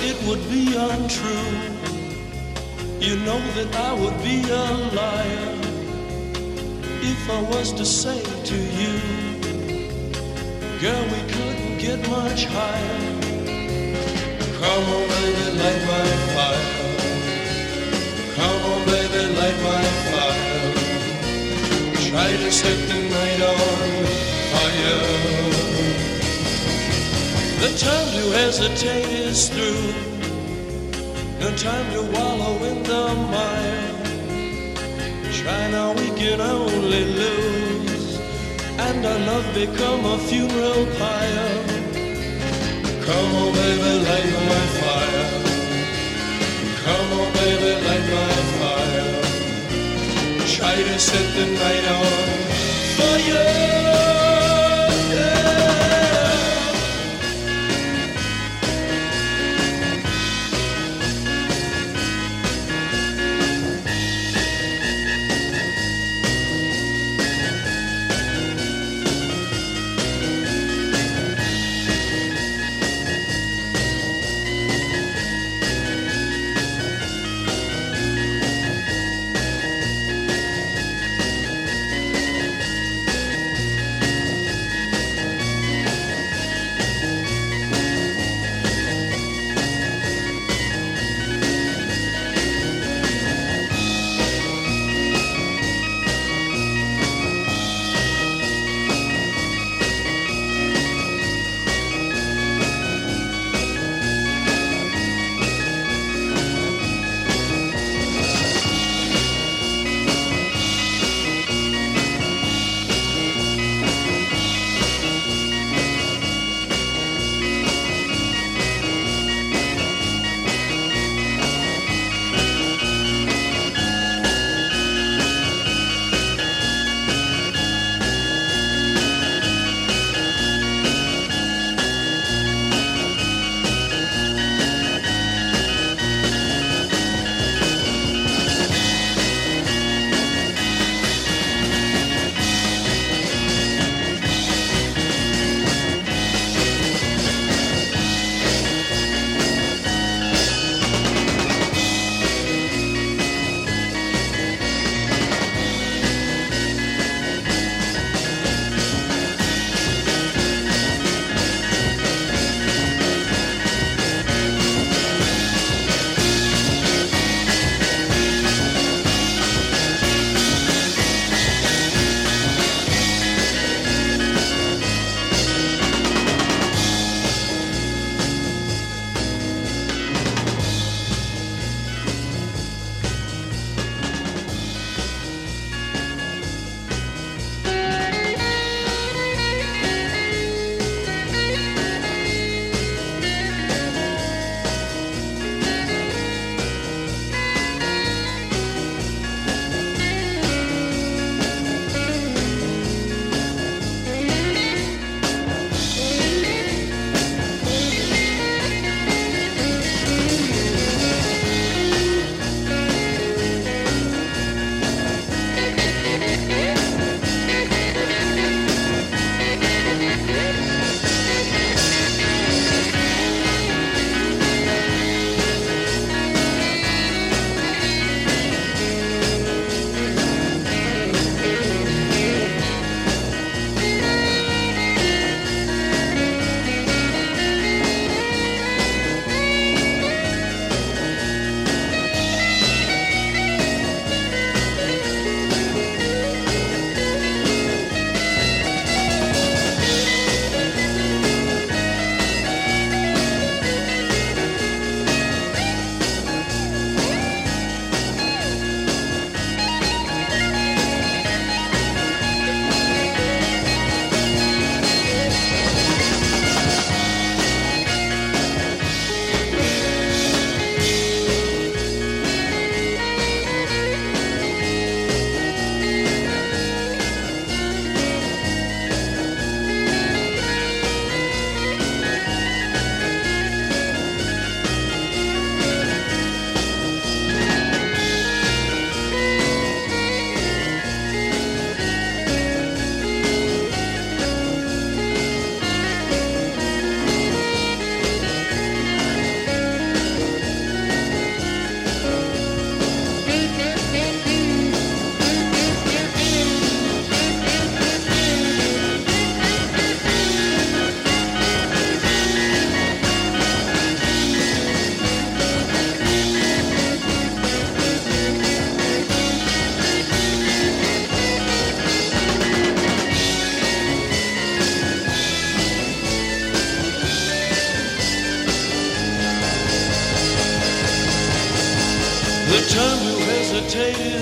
it would be untrue. You know that I would be a liar if I was to say to you, girl, we couldn't get much higher. Come on, baby, light my fire. Come on, baby, light my fire. Try to set the night on fire. The time to hesitate is through. No time to wallow in the mire. Try now, we can only lose, and our love become a funeral pyre. Come on, baby, light my fire. Come on, baby, light my fire. Try to set the night on fire.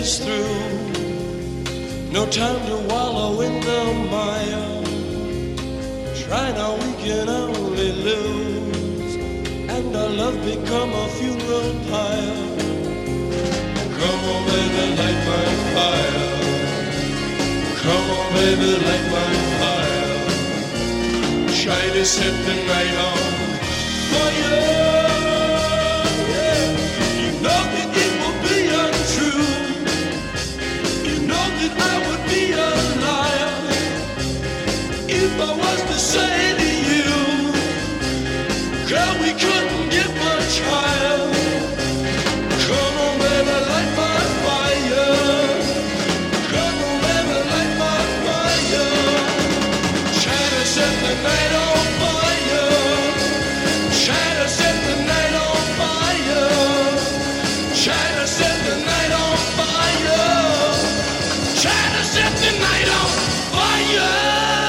is through. No time to wallow in the mire. Try now, we can only lose. And our love become a funeral pyre. Come on, baby, light my fire. Come on, baby, light my fire. Try to set the night on fire. Yeah. You know that it will be untrue. You know that I would be a liar if I was to say to you, girl, we couldn't get much higher. Come on, baby, light my fire. Come on, baby, light my fire. Try to set the night on fire. Try to set the night on fire. Try to set the night on fire. Try to set the night on fire.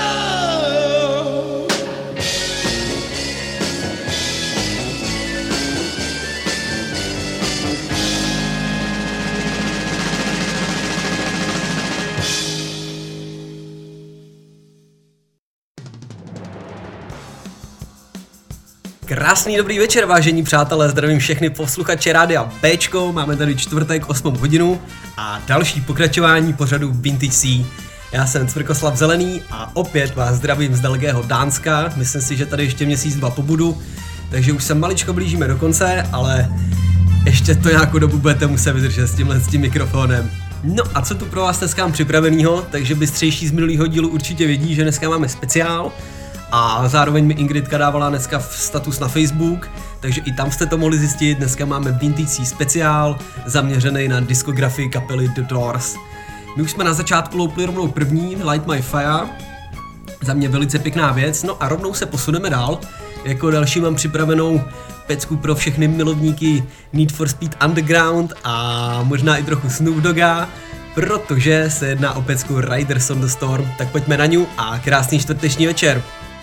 Krásný dobrý večer, vážení přátelé, zdravím všechny posluchače rádia Bčko, máme tady čtvrtek 8 hodinu a další pokračování pořadu Vintage C. Já jsem Cvrkoslav Zelený a opět vás zdravím z dalekého Dánska, myslím si, že tady ještě měsíc, dva pobudu, takže už se maličko blížíme do konce, ale ještě to nějakou dobu budete muset vydržet s tím mikrofonem. No a co tu pro vás dneska mám připravenýho, takže bystřejší z minulého dílu určitě vědí, že dneska máme speciál. A zároveň mi Ingridka dávala dneska status na Facebook, takže i tam jste to mohli zjistit. Dneska máme Vintage speciál zaměřený na diskografii kapely The Doors. My už jsme na začátku loupli rovnou první, Light My Fire, za mě velice pěkná věc, no a rovnou se posuneme dál. Jako další mám připravenou pecku pro všechny milovníky Need for Speed Underground a možná i trochu Snoop Dogga, protože se jedná o pecku Riders on the Storm, tak pojďme na ňu a krásný čtvrteční večer.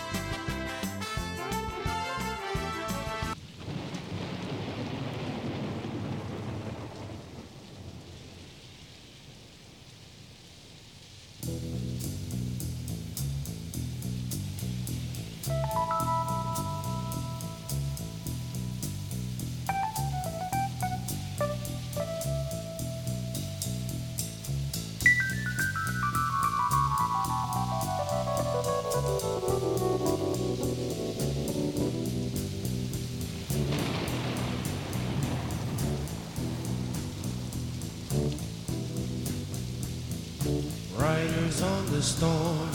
Riders on the storm.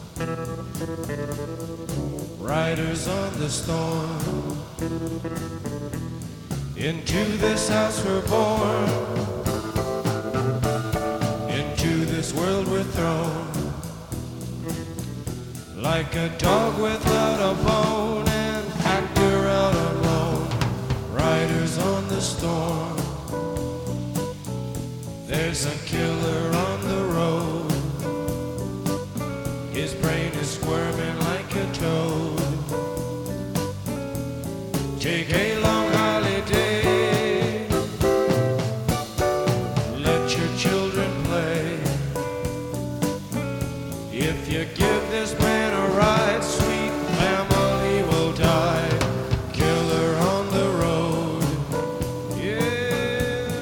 Riders on the storm. Into this house we're born. Into this world we're thrown. Like a dog without a bone, an actor out alone. Riders on the storm. There's a killer on the road. His brain is squirming like a toad. Take a long holiday. Let your children play. If you give this man a ride, sweet family will die. Killer on the road. Yeah.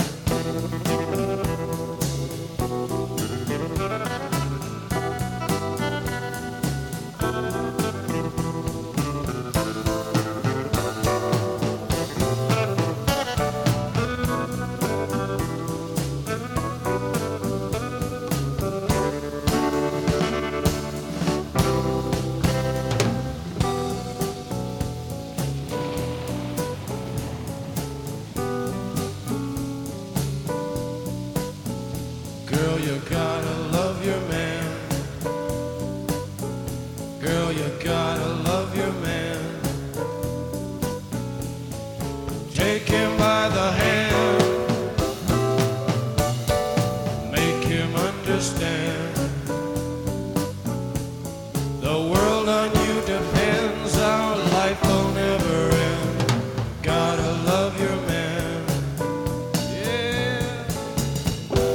Girl, you gotta love your man. Girl, you gotta love your man. Take him by the hand. Make him understand. The world on you depends. Our life will never end. Gotta love your man. Yeah.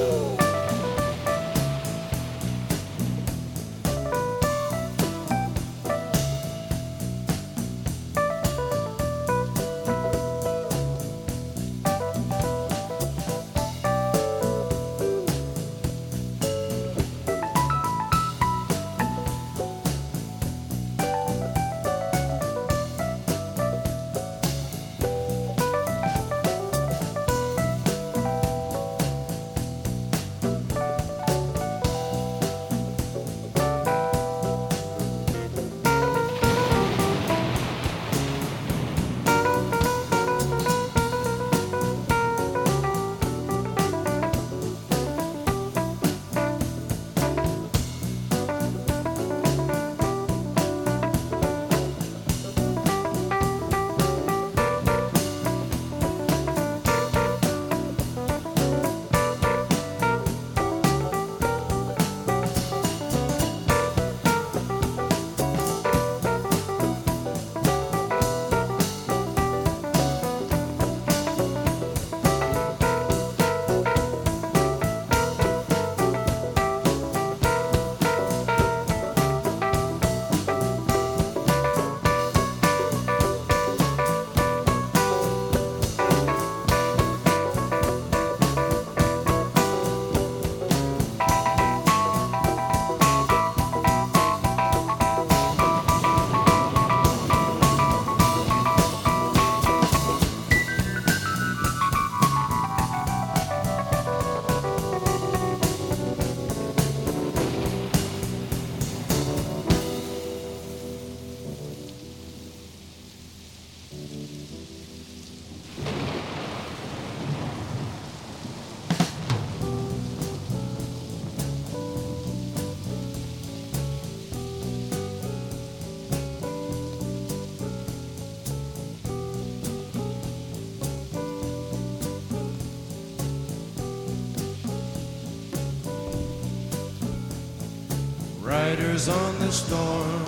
Riders on the storm,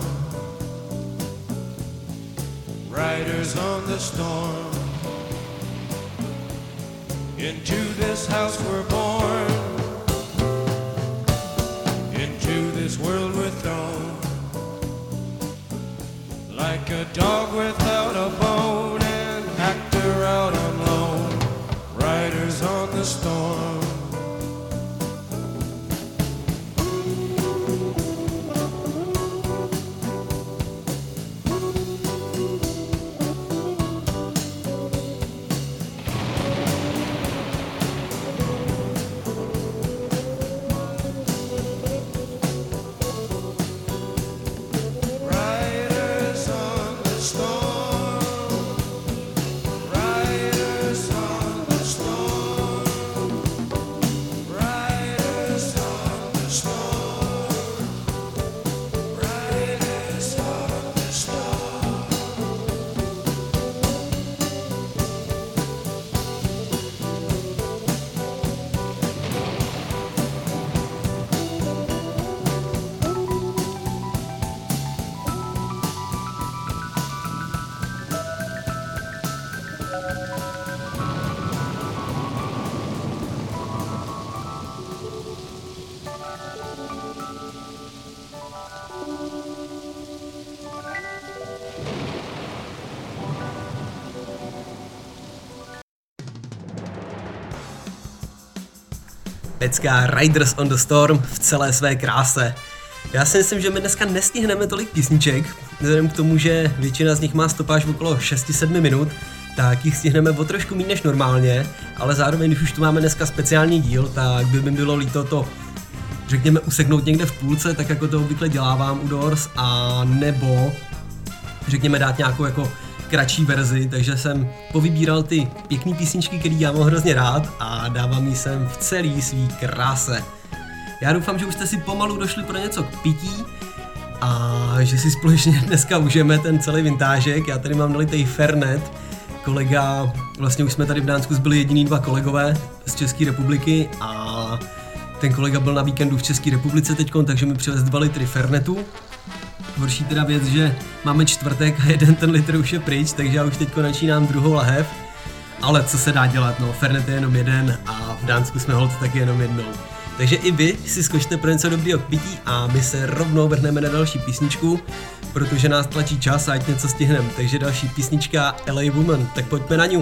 riders on the storm. Into this house we're born, into this world we're thrown, like a dog without a bone, an actor out on loan. Riders on the storm. Pecka Riders on the Storm v celé své kráse. Já si myslím, že my dneska nestihneme tolik písniček, vzhledem k tomu, že většina z nich má stopáž okolo 6-7 minut, tak jich stihneme o trošku méně než normálně, ale zároveň, když už tu máme dneska speciální díl, tak by mi bylo líto to, řekněme, useknout někde v půlce, tak jako to obvykle dělávám u Doors, a nebo řekněme dát nějakou jako kratší verzi, takže jsem povybíral ty pěkný písničky, který já mám hrozně rád a dávám jí sem v celý svý kráse. Já doufám, že už jste si pomalu došli pro něco k pití a že si společně dneska užijeme ten celý vintážek. Já tady mám nalitej Fernet, kolega, vlastně už jsme tady v Dánsku byli jediný dva kolegové z České republiky a ten kolega byl na víkendu v České republice teďkon, takže mi přivez 2 litry Fernetu. Horší teda věc, že máme čtvrtek a jeden ten litr už je pryč, takže já už teďko načínám druhou lahev. Ale co se dá dělat, no, Fernet je jenom jeden a v Dánsku jsme holt taky jenom jednou. Takže i vy si zkušte pro něco dobrýho k pití a my se rovnou vrhneme na další písničku, protože nás tlačí čas a ať něco stihneme. Takže další písnička LA Woman, tak pojďme na ňu.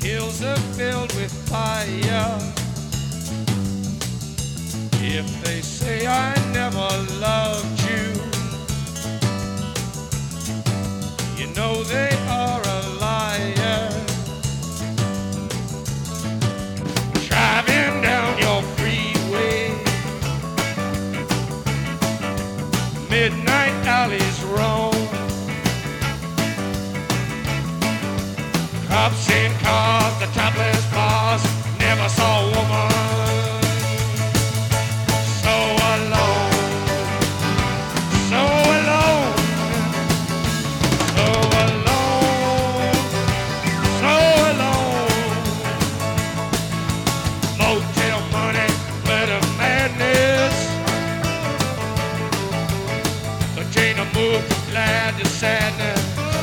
hills are filled with fire. If they say I never loved you, you know they are a liar. Driving down your freeway, midnight alleys roam, cops in cars, the topless bars, never saw a woman so alone, so alone, so alone, so alone. Motel money, glitter madness, the chain of mood from glad to sadness.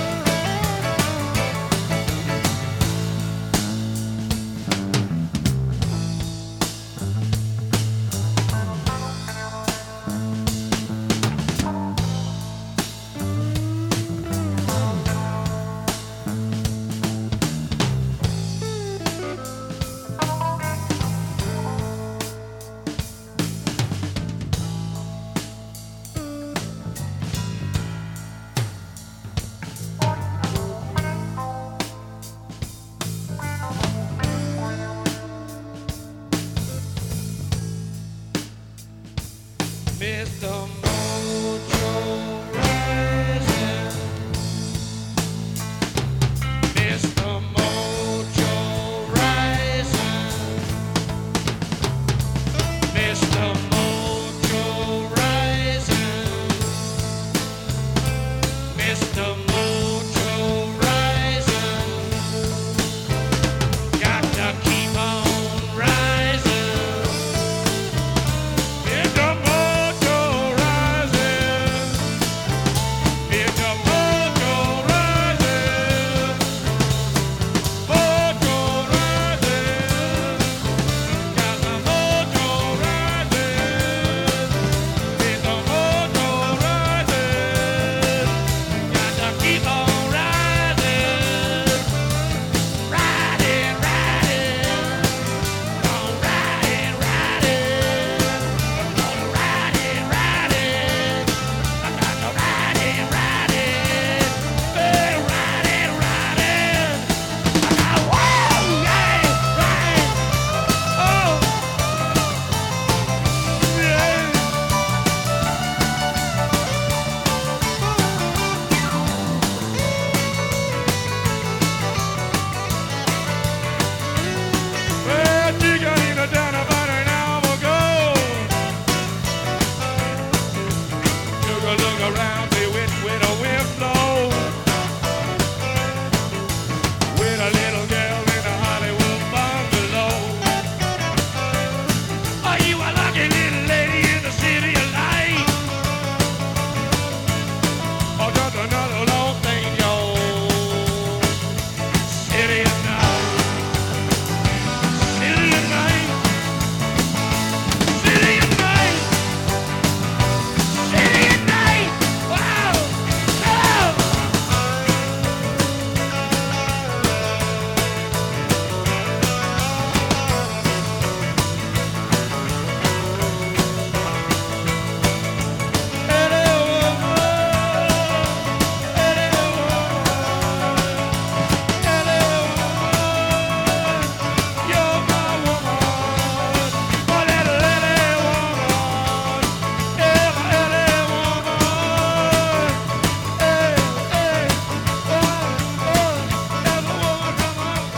Mr. Mojo rising, Mr. Mojo rising, Mr. Mojo rising, Mr. Mojo rising, got to keep on rising. Mr. Mojo rising, Mr. Mojo rising, Mojo rising, got the mojo rising, Mr. Mojo rising, got to keep on rising, riding, riding, on riding, riding. Riding, riding, I got to riding, riding, hey, riding, riding, I got whoa, yeah, right, oh, yeah. Well, you got in down about an hour ago. Took a look around, they went with a wind blow, with a little girl in a Hollywood bungalow. Are you a lucky little lady in the city of light? Or just another long thing, yo? City of night, city of night, city of night. City at night! Wow! Oh! You're my woman, oh, that LA woman, yeah, my LA woman, hey, hey, oh, oh, that's a woman from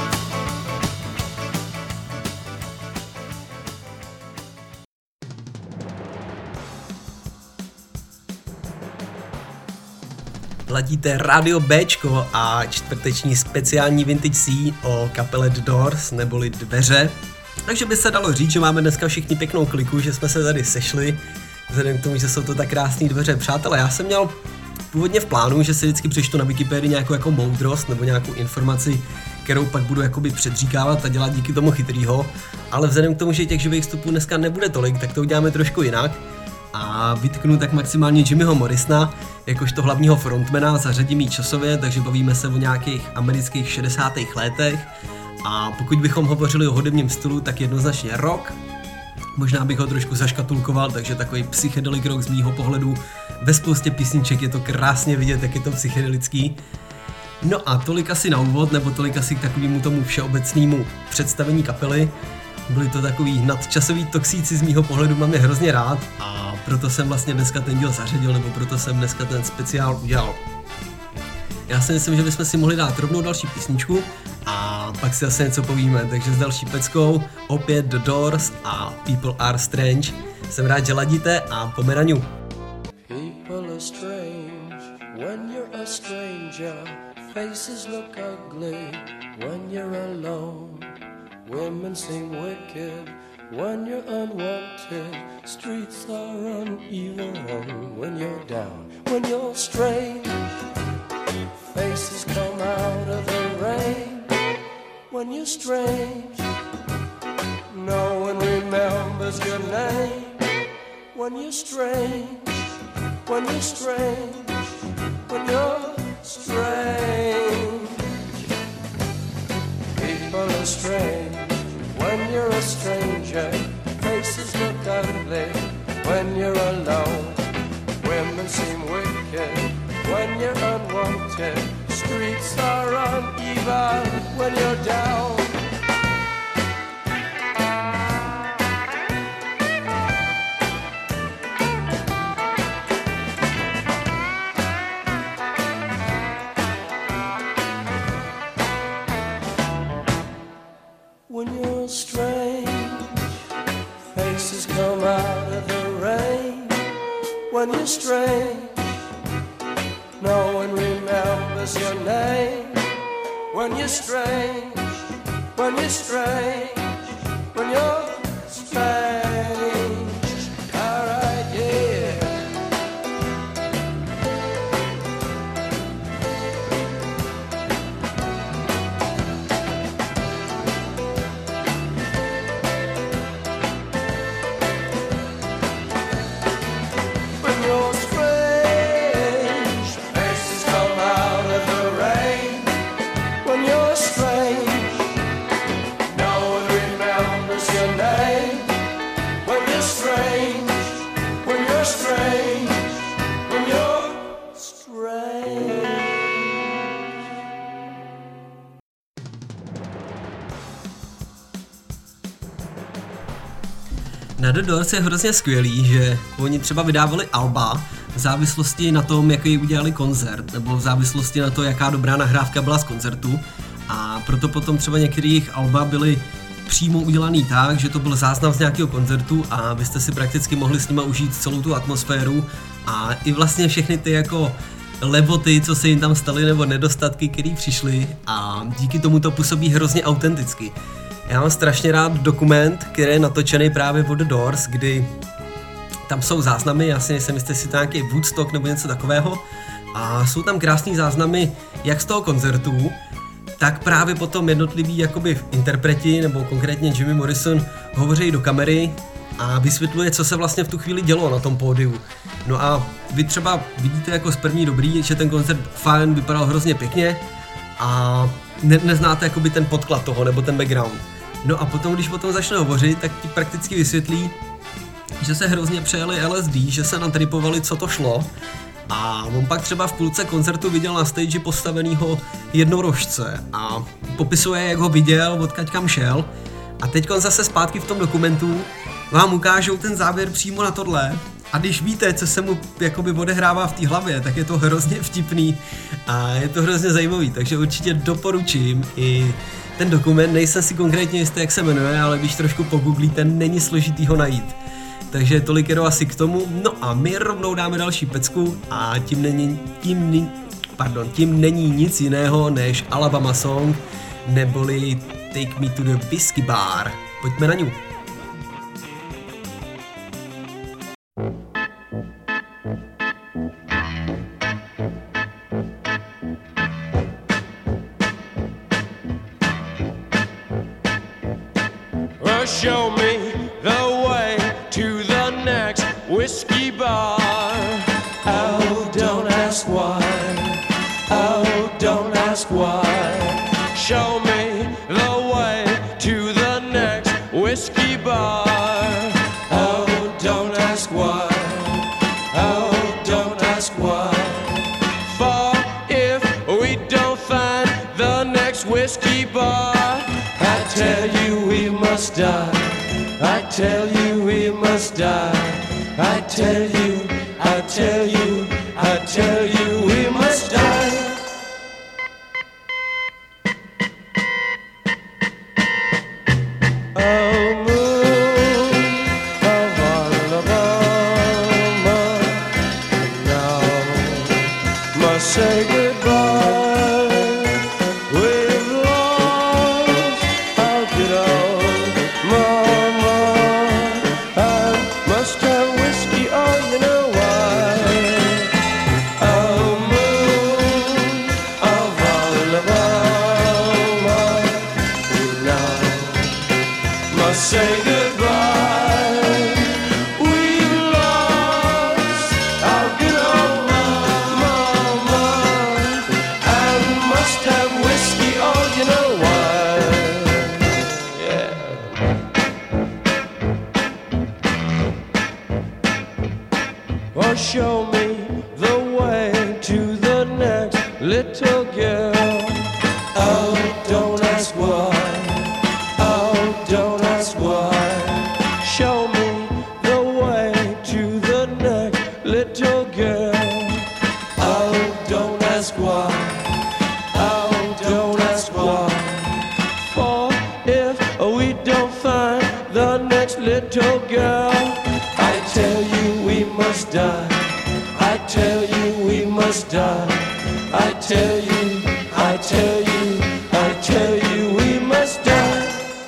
Ladíte Radio Bčko a čtvrteční speciální Vintage C o kapele The Doors, neboli Dveře. Takže by se dalo říct, že máme dneska všichni pěknou kliku, že jsme se tady sešli, vzhledem k tomu, že jsou to tak krásný dveře. Přátelé, já jsem měl původně v plánu, že si vždycky přečtu na Wikipedii nějakou jako moudrost nebo nějakou informaci, kterou pak budu jakoby předříkávat a dělat díky tomu chytrýho, ale vzhledem k tomu, že těch živých vstupů dneska nebude tolik, tak to uděláme trošku jinak. A vytknu tak maximálně Jimmyho Morrisona, jakožto hlavního frontmana, zařadím ji časově, takže bavíme se o nějakých amerických 60. letech A pokud bychom hovořili o hudebním stylu, tak jednoznačně rock. Možná bych ho trošku zaškatulkoval, takže takový psychedelic rock z mýho pohledu. Ve spoustě písniček je to krásně vidět, jak je to psychedelický. No a tolik asi na úvod, nebo tolik asi k takovému tomu všeobecnému představení kapely. Byli to takový nadčasový toxíci z mýho pohledu, mám je hrozně rád a proto jsem vlastně dneska ten díl zařadil, nebo proto jsem dneska ten speciál udělal. Já si myslím, že bychom si mohli dát rovnou další písničku a pak si asi něco povíme, takže s další peckou opět The Doors a People Are Strange. Jsem rád, že ladíte a pomeraňu. People are strange when you're a stranger. Faces look ugly when you're alone. Women seem wicked when you're unwanted. Streets are uneven when you're down. When you're strange, faces come out of the rain. When you're strange, no one remembers your name. When you're strange, when you're strange, when you're strange. People are strange when you're a stranger. Faces look ugly when you're alone. Women seem wicked when you're unwanted. Streets are uneven when you're down. When you're strange, faces come out of the rain. When you're strange, no one remembers your name. When you're strange, when you're strange, when you're strange. Alright, yeah. When you're strange, faces come out of the rain. When you're strange, no one remembers your name. When you're strange, when you're strange, when you're strange. Na The Doors je hrozně skvělý, že oni třeba vydávali alba v závislosti na tom, jaký udělali koncert, nebo v závislosti na to, jaká dobrá nahrávka byla z koncertu. A proto potom třeba některých alba byly přímo udělaný tak, že to byl záznam z nějakého koncertu a vy jste si prakticky mohli s nima užít celou tu atmosféru a i vlastně všechny ty jako levoty, co se jim tam staly, nebo nedostatky, které přišly a díky tomu to působí hrozně autenticky. Já mám strašně rád dokument, který je natočený právě od The Doors, kdy tam jsou záznamy, já si nejsem jistý, jestli to nějaký Woodstock nebo něco takového a jsou tam krásný záznamy jak z toho koncertu, tak právě potom jednotliví jakoby interpreti, nebo konkrétně Jimmy Morrison, hovoří do kamery a vysvětluje, co se vlastně v tu chvíli dělo na tom pódiu. No a vy třeba vidíte jako z první dobrý, že ten koncert fajn, vypadal hrozně pěkně a neznáte jakoby ten podklad toho, nebo ten background. No a potom, když potom začne hovořit, tak ti prakticky vysvětlí, že se hrozně přejeli LSD, že se natripovali, co to šlo. A on pak třeba v půlce koncertu viděl na stage postavenýho jednorožce a popisuje, jak ho viděl, odkud kam šel. A teď zase zpátky v tom dokumentu vám ukážou ten záběr přímo na tohle. A když víte, co se mu jakoby odehrává v té hlavě, tak je to hrozně vtipný a je to hrozně zajímavý, takže určitě doporučím i ten dokument, nejsem si konkrétně jistý, jak se jmenuje, ale když trošku pogooglíte, není složitý ho najít. Takže tolik jenom asi k tomu, no a my rovnou dáme další pecku a tím není nic jiného než Alabama Song, neboli Take Me to the Whiskey Bar. Pojďme na ňu. Show me the way to the next whiskey bar. Oh, don't ask why. Oh, don't ask why. Show me the way bar. Oh, don't ask why. Oh, don't ask why. For if we don't find the next whiskey bar, I tell you we must die. I tell you we must die. I tell you, I tell you, I tell you we must die. Oh, moon of Alabama, now must say goodbye. We've lost our good old mama. I must have whiskey, oh, you know why. Oh, moon of Alabama, now must say goodbye. We've lost our good old mama, and must have whiskey, oh, you know why. Yeah. Or show me the way to the next little girl. Oh, don't ask why. Oh, don't ask why. Show me the way to the next little girl. Oh, don't ask why. Oh, don't ask why. For if we don't find the next little girl, I tell you we must die. I tell you we must die. I tell you, I tell you, I tell you we must die.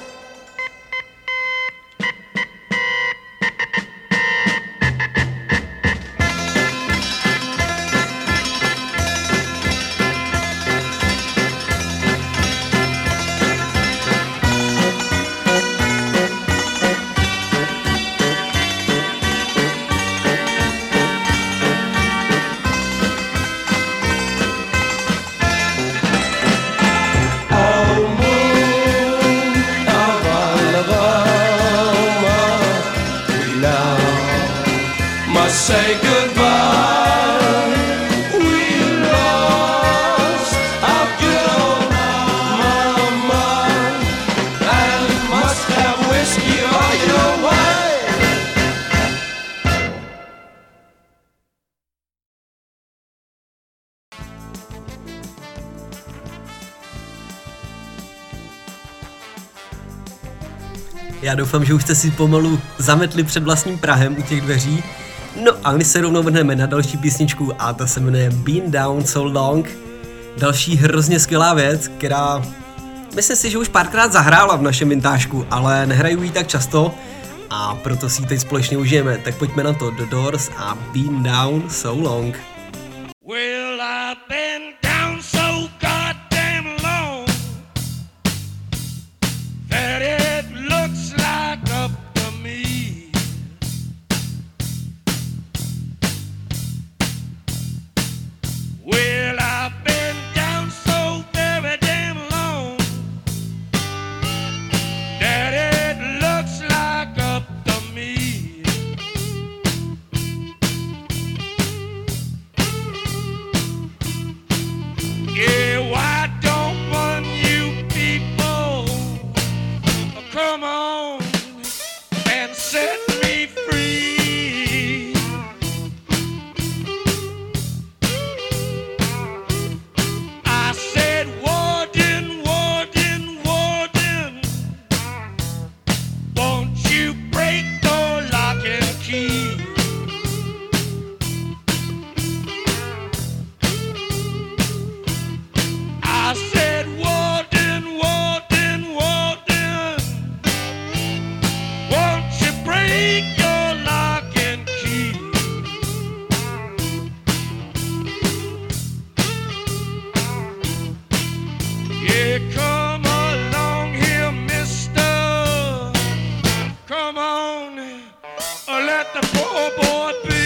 Oh, moon of Alabama, we now must say goodbye. We lost our good old mama, and must have whiskey, oh, you know why. Já doufám, že už jste si pomalu zametli před vlastním prahem u těch dveří. No a my se rovnou vrhneme na další písničku a ta se jmenuje Been Down So Long. Další hrozně skvělá věc, která myslím si, že už párkrát zahrála v našem vintážku, ale nehraju ji tak často a proto si ji teď společně užijeme. Tak pojďme na to, The Doors a Been Down So Long. Well, I've been down so goddamn long that it looks like up to me. Well, I've been down so very damn long that it looks like up to me. Yeah, why don't one you people come on and set me free? I said, Warden, Warden, Warden, won't you break the lock and key? I said, Warden, Warden, Warden, won't you break your lock and key? Yeah, come along here, mister. Come on, let the poor boy be.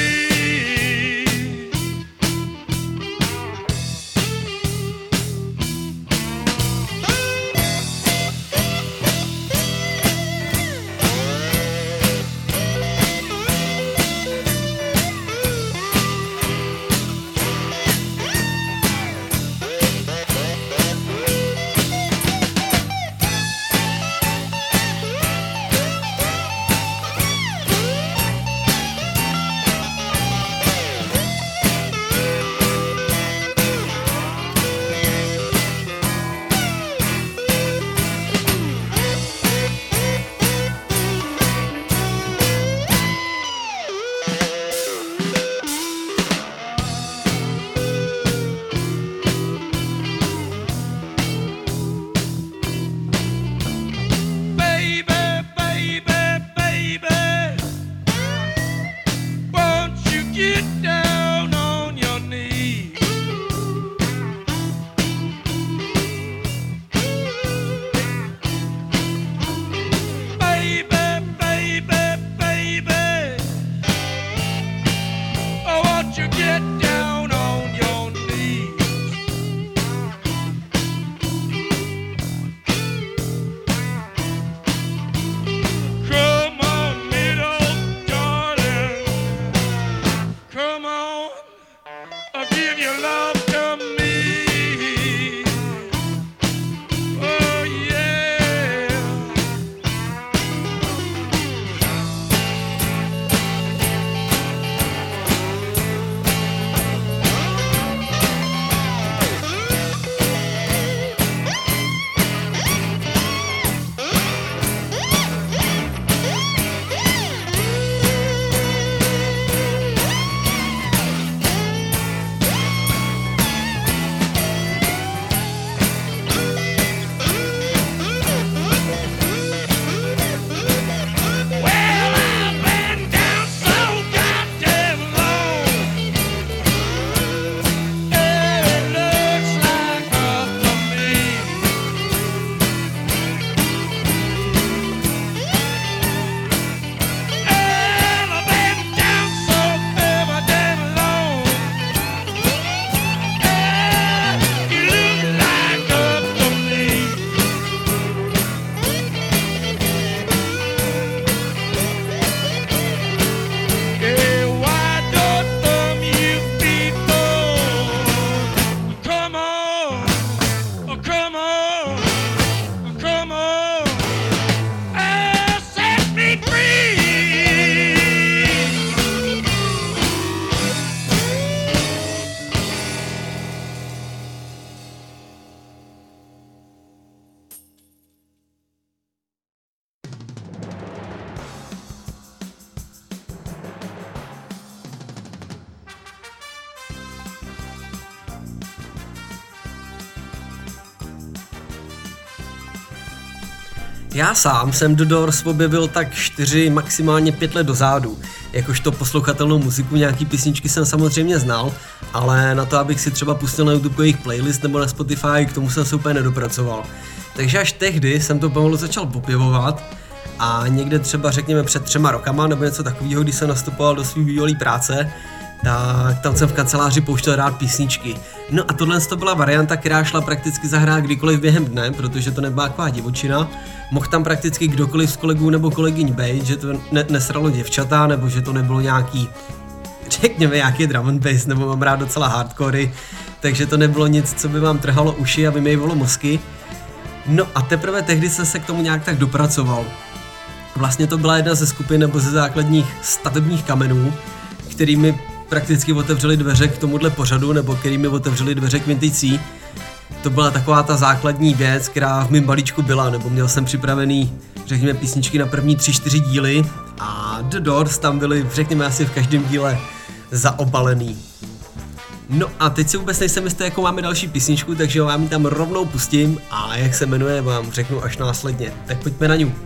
Já sám jsem The Doors objevil tak 4, maximálně 5 let dozadu. Jakožto poslouchatelnou muziku nějaký písničky jsem samozřejmě znal, ale na to, abych si třeba pustil na YouTube jejich playlist nebo na Spotify, k tomu jsem se úplně nedopracoval. Takže až tehdy jsem to pomalu začal objevovat a někde třeba řekněme před 3 rokama nebo něco takového, když jsem nastupoval do svý bývalý práce, tak tam jsem v kanceláři pouštěl rád písničky. No a tohle to byla varianta, která šla prakticky zahrát kdykoliv během dne, protože to nebyla taková divočina. Mohl tam prakticky kdokoliv z kolegů nebo kolegyň být, že to nesralo děvčata, nebo že to nebylo nějaký, řekněme, nějaký drum and bass, nebo mám rád docela hardcory, takže to nebylo nic, co by vám trhalo uši a vymývalo mozky. No a teprve tehdy jsem se k tomu nějak tak dopracoval. Vlastně to byla jedna ze skupin nebo ze základních stavebních kamenů, kterými prakticky otevřeli dveře k tomuhle pořadu, nebo kterými otevřeli dveře k Vintage C. To byla taková ta základní věc, která v mém balíčku byla, nebo měl jsem připravený, řekněme, písničky na první 3-4 díly a The Doors tam byly, řekněme, asi v každém díle zaobalený. No a teď si vůbec nejsem jistý, jakou máme další písničku, takže vám ji tam rovnou pustím a jak se jmenuje, vám řeknu až následně. Tak pojďme na ní.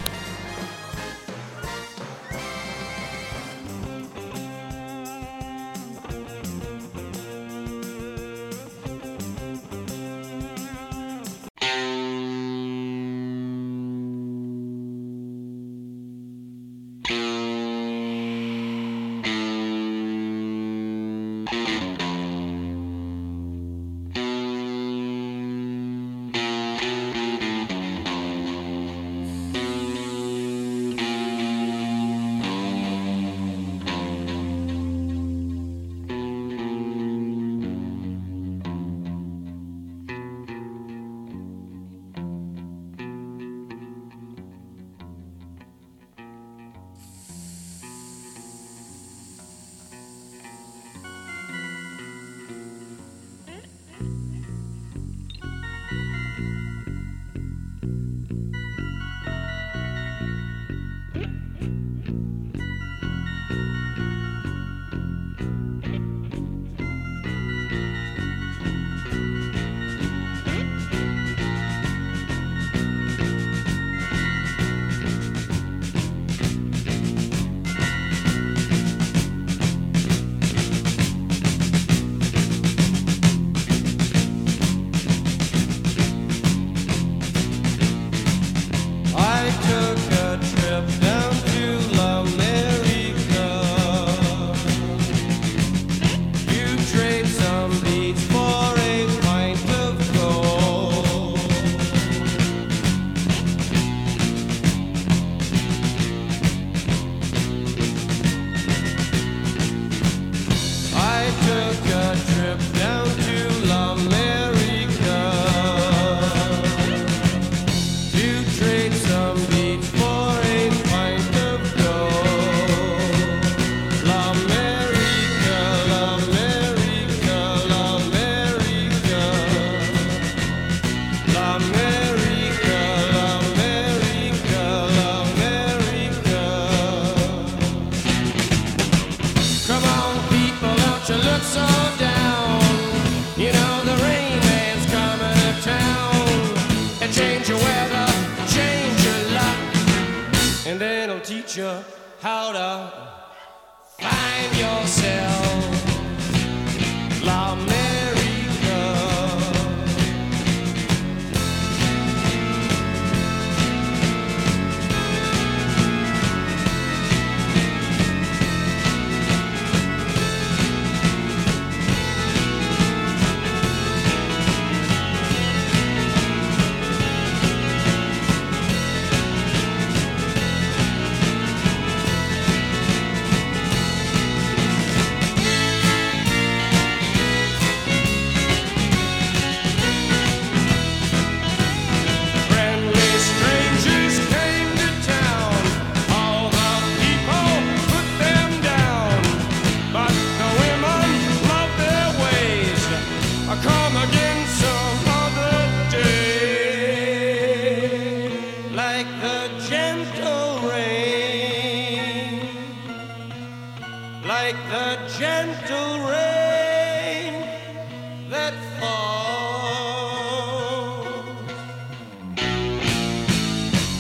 How to find yourself, L'America. Like the gentle rain that falls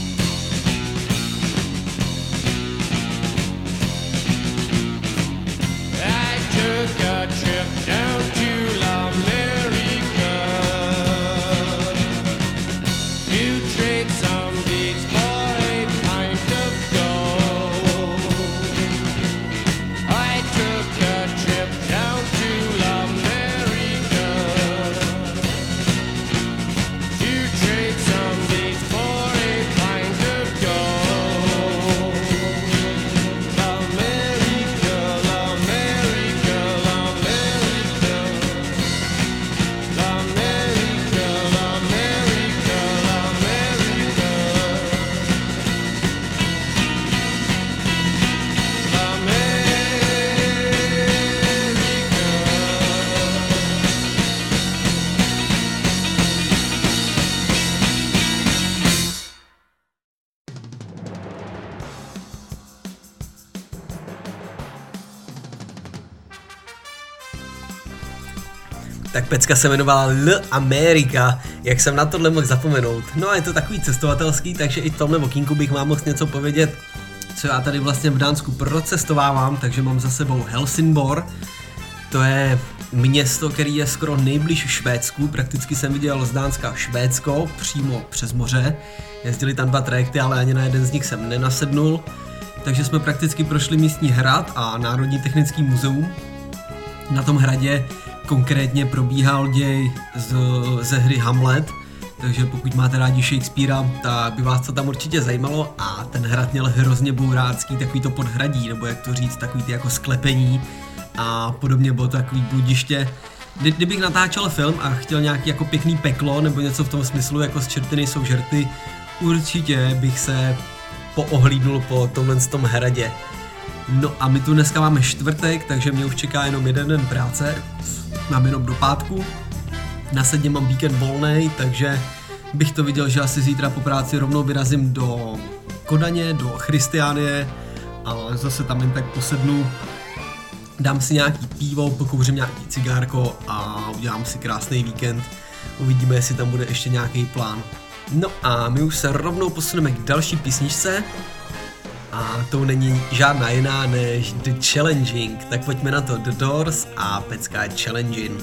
Tak pecka se jmenovala L America, jak jsem na tohle mohl zapomenout. No a je to takový cestovatelský, takže i v tomhle okýnku bych vám mohl něco povědět, co já tady vlastně v Dánsku procestovávám, takže mám za sebou Helsingborg. To je město, který je skoro nejblíž Švédsku, prakticky jsem viděl z Dánska Švédsko, přímo přes moře. Jezdili tam 2 trajekty, ale ani na jeden z nich jsem nenasednul. Takže jsme prakticky prošli místní hrad a Národní technický muzeum. Na tom hradě konkrétně probíhal děj ze hry Hamlet, takže pokud máte rádi Shakespearea, tak by vás to tam určitě zajímalo a ten hrad měl hrozně bourácký takový to podhradí, nebo jak to říct, takový ty jako sklepení a podobně, bylo to takový bludiště. Kdybych natáčel film a chtěl nějaký jako pěkný peklo nebo něco v tom smyslu, jako z čerty nejsou žerty, určitě bych se poohlídnul po tomhle tom hradě. No a my tu dneska máme čtvrtek, takže mě už čeká jenom jeden den práce, mám jenom do pátku. Následně mám víkend volnej, takže bych to viděl, že asi zítra po práci rovnou vyrazím do Kodaně, do Christiánie a zase tam jen tak posednu, dám si nějaký pivo, pokouřím nějaký cigárko a udělám si krásný víkend. Uvidíme, jestli tam bude ještě nějaký plán. No a my už se rovnou posuneme k další písničce. A to není žádná jiná než The Challenging, tak pojďme na to, The Doors a pecka Challenging.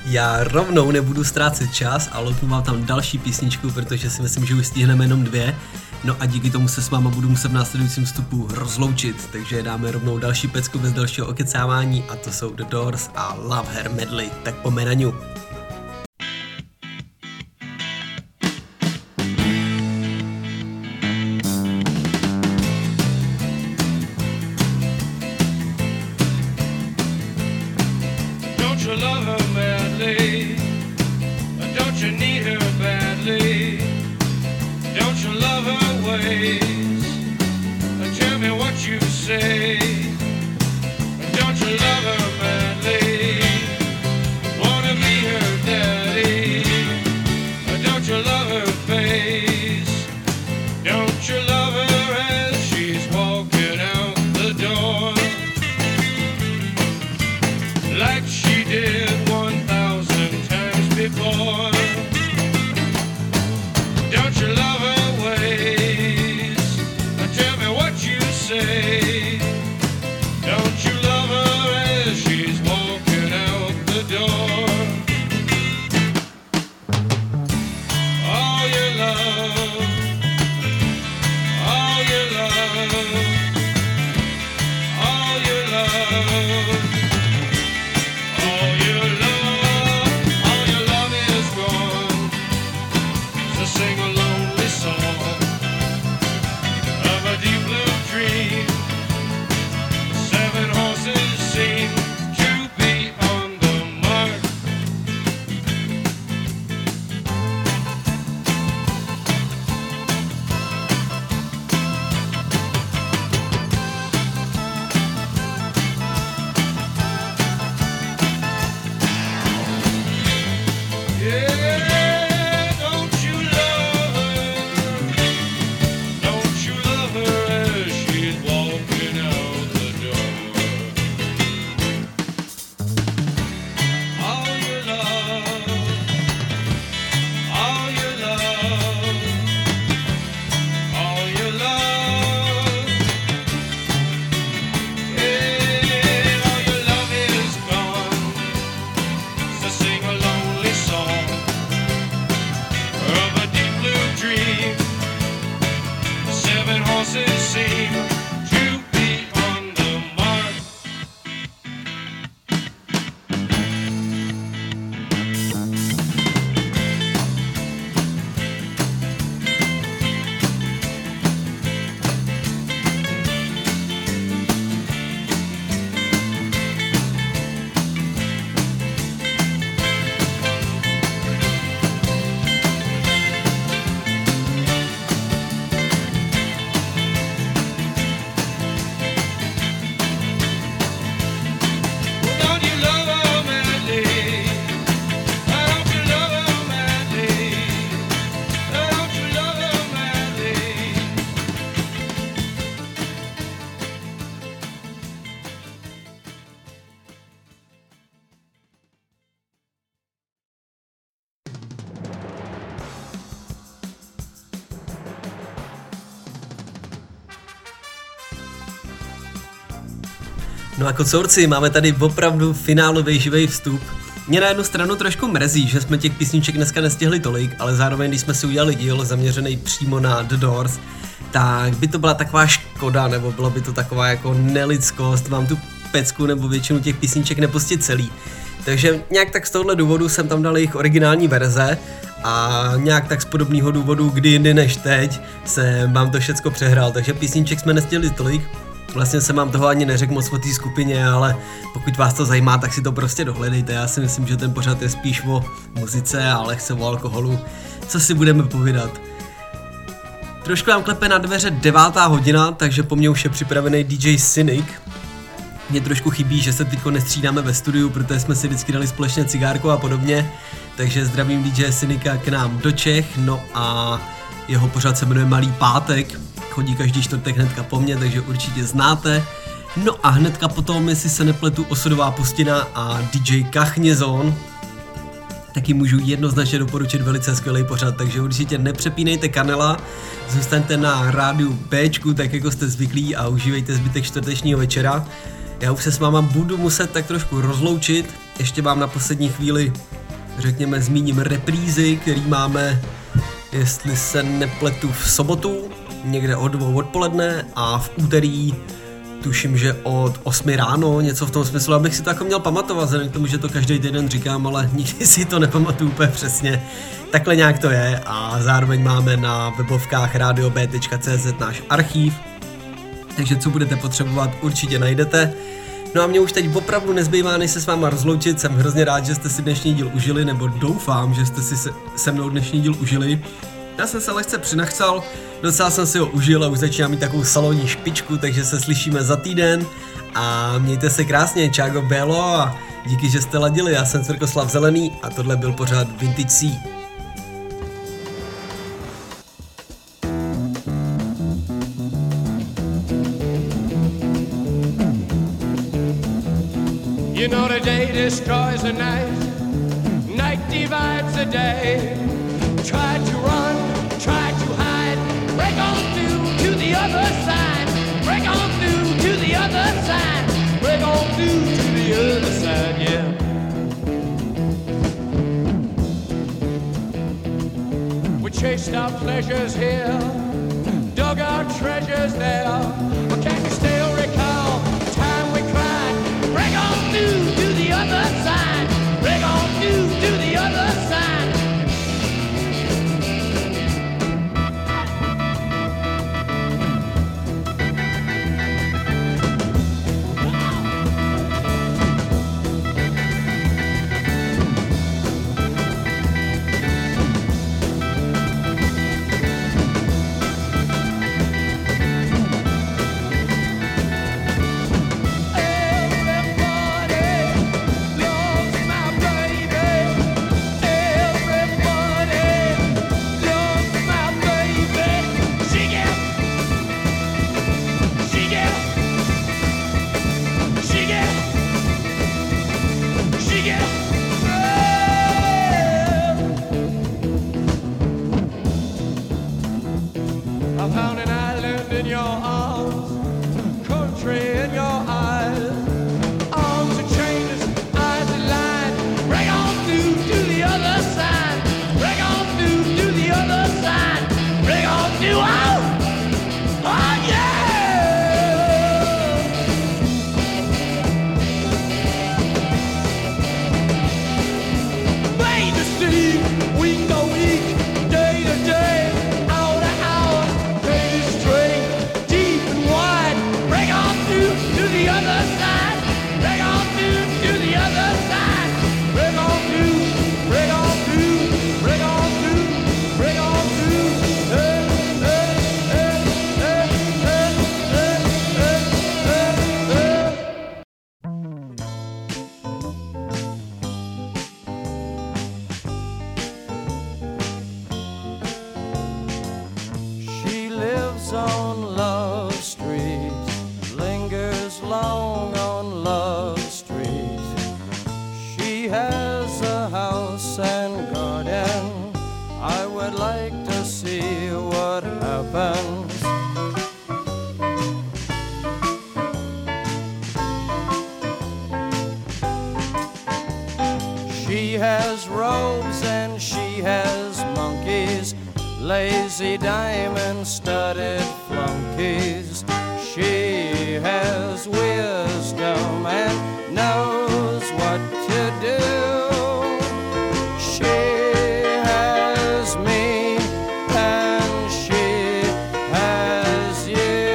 Já rovnou nebudu ztrácet čas a loupnu vám tam další písničku, protože si myslím, že už stihneme jenom 2. No a díky tomu se s váma budu muset v následujícím vstupu rozloučit, takže dáme rovnou další pecku bez dalšího okecávání a to jsou The Doors a Love Her Medley, tak po Meraňu. No a kocourci, máme tady opravdu finálový živý vstup. Mě na jednu stranu trošku mrzí, že jsme těch písniček dneska nestihli tolik, ale zároveň, když jsme si udělali díl zaměřený přímo na The Doors, tak by to byla taková škoda, nebo bylo by to taková jako nelidskost vám tu pecku nebo většinu těch písniček nepustit celý. Takže nějak tak z tohohle důvodu jsem tam dal jejich originální verze a nějak tak z podobného důvodu, kdy jindy než teď, jsem vám to všecko přehrál, takže písniček jsme nestihli tolik. Vlastně jsem vám toho ani neřekl moc o té skupině, ale pokud vás to zajímá, tak si to prostě dohledejte. Já si myslím, že ten pořad je spíš o muzice a lehce o alkoholu. Co si budeme povídat? Trošku vám klepe na dveře 9. hodina, takže po mně už je připravený DJ Cynic. Mně trošku chybí, že se teďko nestřídáme ve studiu, protože jsme si vždycky dali společně cigárko a podobně. Takže zdravím DJ Cynica k nám do Čech, no a jeho pořad se jmenuje Malý pátek. Chodí každý čtvrtek hnedka po mně, takže určitě znáte. No a hnedka potom, jestli se nepletu, Osudová pustina a DJ Kachnězon. Taky můžu jednoznačně doporučit velice skvělý pořad, takže určitě nepřepínejte kanela, zůstaňte na rádiu Bčku, tak jako jste zvyklí a užívejte zbytek čtvrtečního večera. Já už se s váma budu muset tak trošku rozloučit, ještě vám na poslední chvíli řekněme zmíním reprízy, který máme, jestli se nepletu, v sobotu, někde od 2 odpoledne a v úterý tuším, že od 8 ráno, něco v tom smyslu, abych si to jako měl pamatovat, vzhledem k tomu, že to každý den říkám, ale nikdy si to nepamatuju úplně přesně. Takhle nějak to je a zároveň máme na webovkách radiob.cz náš archív, takže co budete potřebovat, určitě najdete. No a mě už teď opravdu nezbývá, než se s váma rozloučit, jsem hrozně rád, že jste si dnešní díl užili, nebo doufám, že jste si se mnou dnešní díl užili. Já jsem se lehce přinachcal, docela jsem si ho užil a už začínám mít takovou salonní špičku, takže se slyšíme za týden a mějte se krásně, čágo bélo a díky, že jste ladili, já jsem Cvrkoslav Zelený a tohle byl pořád Vintage C. You know the day destroys the night, night divides the day. Try to run, try to hide, break on through to the other side, break on through to the other side, break on through to the other side, yeah. We chased our pleasures here, dug our treasures there, but can you still recall the time we cried? Break on through to the other side, break on through to the other side. I found an island in your arms, country in your eyes, arms are chainless, eyes are lined. Break on through to the other side, break on through to the other side, break on through, oh yeah! Made to see, week to week, day to day, hour to hour. To the other side, break on through to the other side, break on through, break on through, break on through, break on through. Hey, hey, hey, hey, hey, hey, hey, hey. She lives on Love Street, lingers long on Love Street. She has a house and garden. I would like to see what happens. She has robes and she has monkeys, lazy diamond-studded flunkies. She has wisdom and knows what to do. She has me and she has you.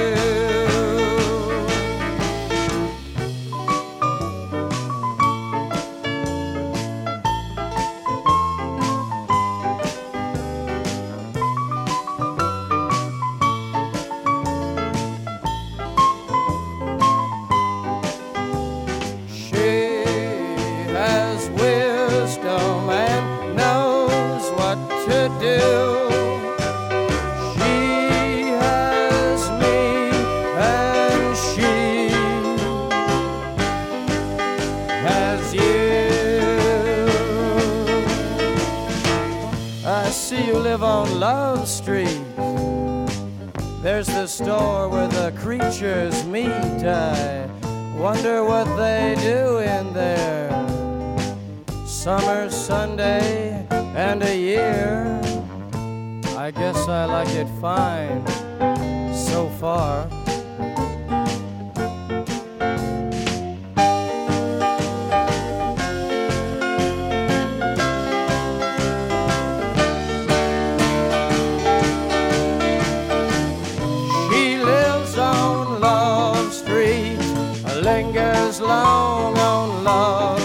live on Love Street. There's the store where the creatures meet. I wonder what they do in there. summer Sunday and a year. I guess I like it fine so far. She lives on Love Street, lingers long on Love